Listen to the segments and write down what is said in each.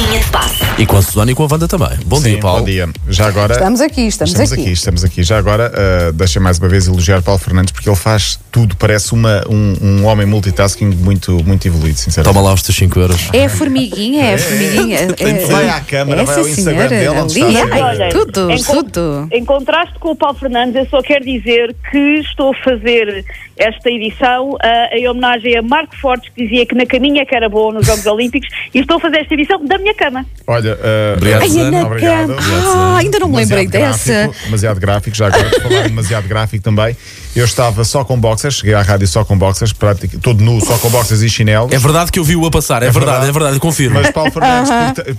Linha de passe. E com a Susana e com a Wanda também. Bom dia, Paulo. Bom dia. Já agora... Estamos aqui. Já agora, deixa mais uma vez elogiar Paulo Fernandes, porque ele faz tudo, parece um homem multitasking muito evoluído, sinceramente. Toma lá os teus 5 euros. É a formiguinha. Vai à câmara, vai ao Instagram senhora, dele, onde ali, está a ai, tudo. Em contraste com o Paulo Fernandes, eu só quero dizer que estou a fazer esta edição em homenagem a Marco Fortes, que dizia que na caminha que era bom nos Jogos Olímpicos, e estou a fazer esta edição da minha cama. Olha, Obrigado, Susana. obrigado. Ainda não me lembrei dessa. Demasiado gráfico, já agora de falar demasiado gráfico também. Eu estava só com boxers, cheguei à rádio só com boxers, todo nu, só com boxers e chinelos. É verdade que eu vi-o a passar, é verdade, confirmo. Mas Paulo Fernandes,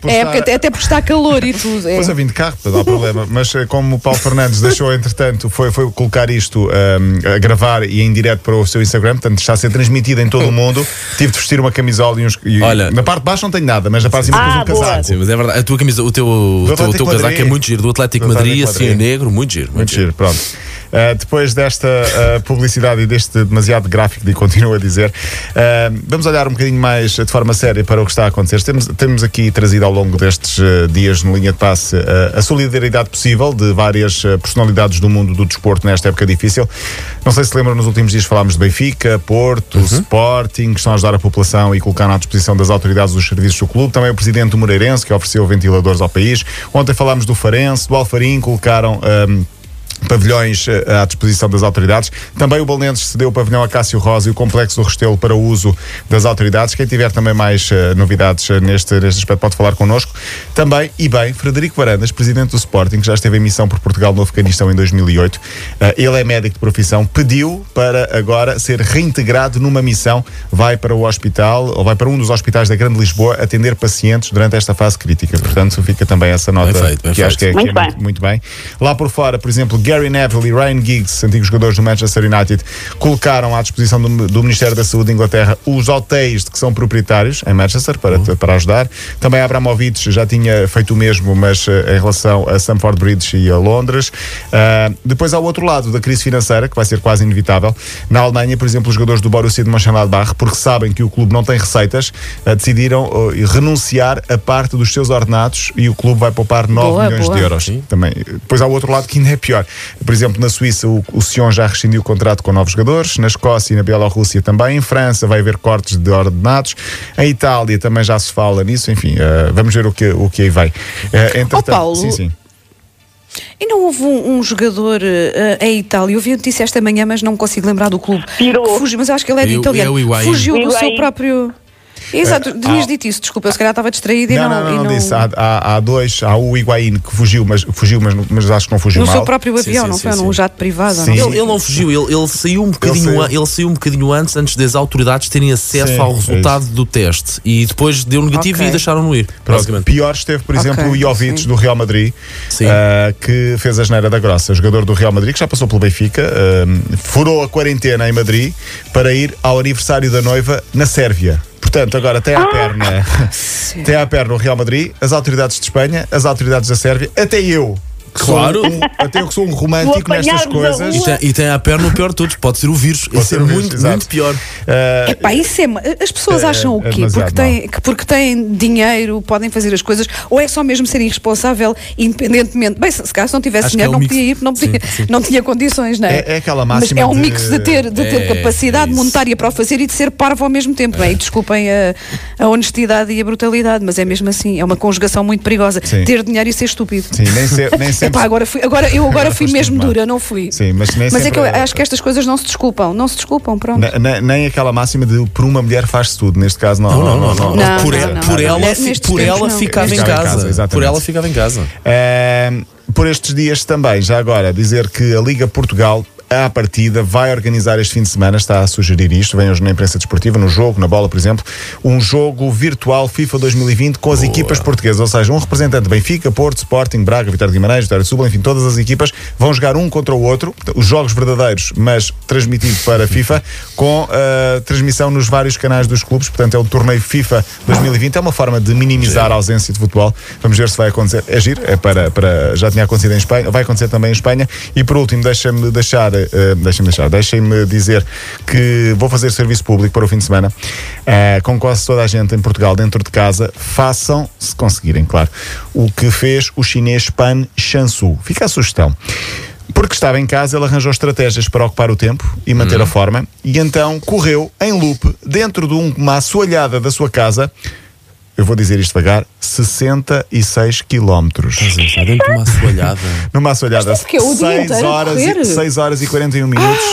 Até porque está calor e tudo. Pois eu vim de carro, não há problema. Mas como o Paulo Fernandes deixou, entretanto, foi colocar isto a gravar e em direto para o seu Instagram, portanto está a ser transmitido em todo o mundo. Tive de vestir uma camisola Olha, na parte de baixo não tenho nada, mas na parte de cima pus um casaco. Sim, mas é verdade, a tua camisa, o teu casaco é muito giro, do Atlético Madrid, assim em negro, muito giro. Muito giro, pronto. Depois desta publicidade e deste demasiado gráfico, e continuo a dizer, vamos olhar um bocadinho mais de forma séria para o que está a acontecer. Temos aqui trazido ao longo destes dias no Linha de Passe a solidariedade possível de várias personalidades do mundo do desporto nesta época difícil. Não sei se lembram, nos últimos dias falámos de Benfica, Porto, Sporting, que estão a ajudar a população e colocaram à disposição das autoridades os serviços do clube. Também o presidente do Moreirense, que ofereceu ventiladores ao país. Ontem falámos do Farense, do Alfarim, colocaram pavilhões à disposição das autoridades. Também o Belenenses cedeu o pavilhão Acácio Rosa e o Complexo do Restelo para o uso das autoridades. Quem tiver também mais novidades neste aspecto pode falar connosco. Também, e bem, Frederico Varandas, presidente do Sporting, que já esteve em missão por Portugal no Afeganistão em 2008. Ele é médico de profissão, pediu para agora ser reintegrado numa missão. Vai para o hospital, ou vai para um dos hospitais da Grande Lisboa, atender pacientes durante esta fase crítica. Portanto, fica também essa nota que acho que é muito bem. Lá por fora, por exemplo, Gary Neville e Ryan Giggs, antigos jogadores do Manchester United, colocaram à disposição do Ministério da Saúde de Inglaterra os hotéis de que são proprietários em Manchester para ajudar. Também Abramovich já tinha feito o mesmo, mas em relação a Stamford Bridge e a Londres. Depois, ao outro lado da crise financeira, que vai ser quase inevitável, na Alemanha, por exemplo, os jogadores do Borussia de Mönchengladbach, porque sabem que o clube não tem receitas, decidiram renunciar a parte dos seus ordenados e o clube vai poupar 9 milhões de euros. Também. Depois, ao outro lado, que ainda é pior. Por exemplo, na Suíça o Sion já rescindiu o contrato com novos jogadores, na Escócia e na Bielorrússia também, em França vai haver cortes de ordenados, em Itália também já se fala nisso, enfim, vamos ver o que aí vai. Paulo, sim. E não houve um jogador em Itália, eu vi a notícia esta manhã, mas não me consigo lembrar do clube, fugiu, mas eu acho que ele é de italiano, fugiu do seu próprio... Exato, tinhas dito isso, desculpa, eu se calhar estava distraído não disse. Há dois, há o Higuaín que fugiu, mas acho que não fugiu no mal. seu próprio avião, não foi num jato privado. Sim. Ele não fugiu, ele saiu um bocadinho antes das autoridades terem acesso ao resultado do teste e depois deu negativo e deixaram-no ir. Pior esteve, por exemplo, o Jovic do Real Madrid, que fez a asneira da grossa, jogador do Real Madrid, que já passou pelo Benfica, furou a quarentena em Madrid para ir ao aniversário da noiva na Sérvia. Portanto, agora tem à perna o Real Madrid, as autoridades de Espanha, as autoridades da Sérvia, até eu. Claro, até eu que sou um romântico nestas coisas. E tem à perna o pior de todos, pode ser o vírus. Isso é muito pior. Isso as pessoas acham o quê? Porque têm dinheiro, podem fazer as coisas, ou é só mesmo ser irresponsável, independentemente. Bem, se calhar se não tivesse dinheiro, não podia ir, não tinha condições, não é? É aquela máxima. Mas é um mix de ter capacidade monetária para o fazer e de ser parvo ao mesmo tempo. E desculpem a honestidade e a brutalidade, mas é mesmo assim, é uma conjugação muito perigosa. Ter dinheiro e ser estúpido. Sim, nem sempre. Agora fui mesmo dura, não fui. Sim, mas é que eu acho que estas coisas não se desculpam, pronto. Nem aquela máxima de por uma mulher faz-se tudo, neste caso não. Por ela ficava em casa. Por ela ficava em casa. Por estes dias também, já agora, dizer que a Liga Portugal, à partida, vai organizar este fim de semana, está a sugerir isto, vem hoje na imprensa desportiva, no jogo, na bola, por exemplo, um jogo virtual FIFA 2020 com as equipas portuguesas, ou seja, um representante de Benfica, Porto, Sporting, Braga, Vitória de Guimarães, Vitória de Setúbal, enfim, todas as equipas vão jogar um contra o outro, os jogos verdadeiros, mas transmitido para FIFA, com transmissão nos vários canais dos clubes, portanto é o torneio FIFA 2020, é uma forma de minimizar a ausência de futebol, vamos ver se vai acontecer, é giro, já tinha acontecido em Espanha, vai acontecer também em Espanha, e por último, deixa-me deixar deixem-me dizer que vou fazer serviço público para o fim de semana, com quase toda a gente em Portugal dentro de casa. Façam, se conseguirem, claro, o que fez o chinês Pan Shansu. Fica a sugestão. Porque estava em casa, ele arranjou estratégias para ocupar o tempo e manter a forma, e então correu em loop dentro de uma assoalhada da sua casa. Eu vou dizer isto devagar: 66 quilómetros. Está dentro de uma assoalhada. Numa assoalhada, 6 horas e 41 minutos.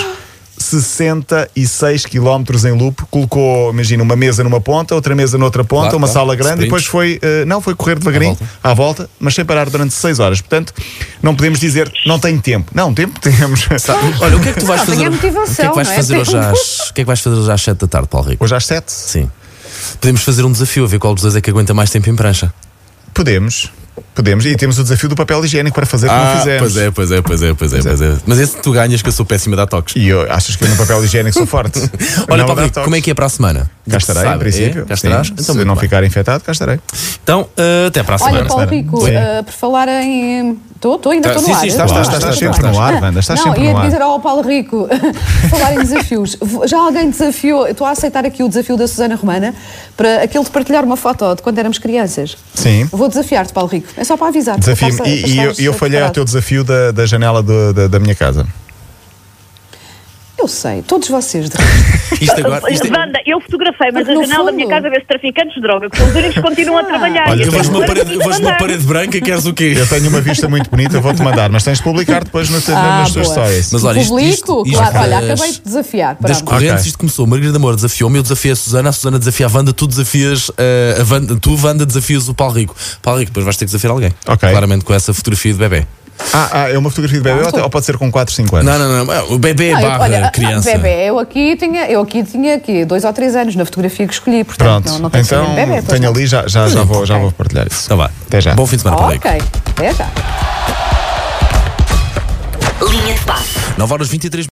66 quilómetros em loop. Colocou, imagina, uma mesa numa ponta, outra mesa noutra ponta, uma sala grande, e depois foi correr devagarinho à volta, mas sem parar durante 6 horas. Portanto, não podemos dizer não tenho tempo. Não, tempo temos. Olha, o que é que tu vais fazer? O que é que vais fazer hoje às 7 da tarde, Paulo Rico? Hoje às 7? Sim. Podemos fazer um desafio, a ver qual dos dois é que aguenta mais tempo em prancha. Podemos, e temos o desafio do papel higiênico para fazer que não fizemos. Pois é. Mas esse tu ganhas, que eu sou péssimo a dar toques. E achas que eu no papel higiênico sou forte? Olha, Paulo Rico, como é que é para a semana? Cá estarei, em princípio. Cá estarás? Então, se não ficar infectado, cá estarei. Então, até para a semana. Olha, Paulo Rico, por falar em... ainda estou no ar. Sim, estás sempre no ar, Wanda. Estás sempre no ar. Ia dizer ao Paulo Rico, falar em desafios. Já alguém desafiou, estou a aceitar aqui o desafio da Susana Romana, para aquele de partilhar uma foto de quando éramos crianças. Sim. Vou desafiar-te, Paulo Rico. É só para avisar. Desafio-me. E eu falhei ao teu desafio da janela da minha casa. Eu sei, todos vocês. Wanda, eu fotografei, mas a janela da minha casa vê-se traficantes de droga, que os únicos continuam a trabalhar. Olha, eu vejo uma parede branca, queres o quê? Eu tenho uma vista muito bonita, vou-te mandar, mas tens de publicar depois nas tuas stories. Mas olha, publico, claro, olha, acabei de desafiar. Das correntes isto começou. Margarida Moura desafiou-me, eu desafiei a Susana desafia a Wanda, tu desafias Wanda, desafias o Paulo Rico. Paulo Rico, depois vais ter que desafiar alguém. Claramente com essa fotografia de bebê. É uma fotografia de bebê ou pode ser com 4, 5 anos? Não. O bebê barra criança. Bebê, eu aqui tinha 2 ou 3 anos na fotografia que escolhi, portanto não tenho então bebê. Tenho ali, já vou partilhar isso. Então vá. Até já. Bom fim de semana, Paulo Rico. Ok, até já. Linha de passe. 9h23.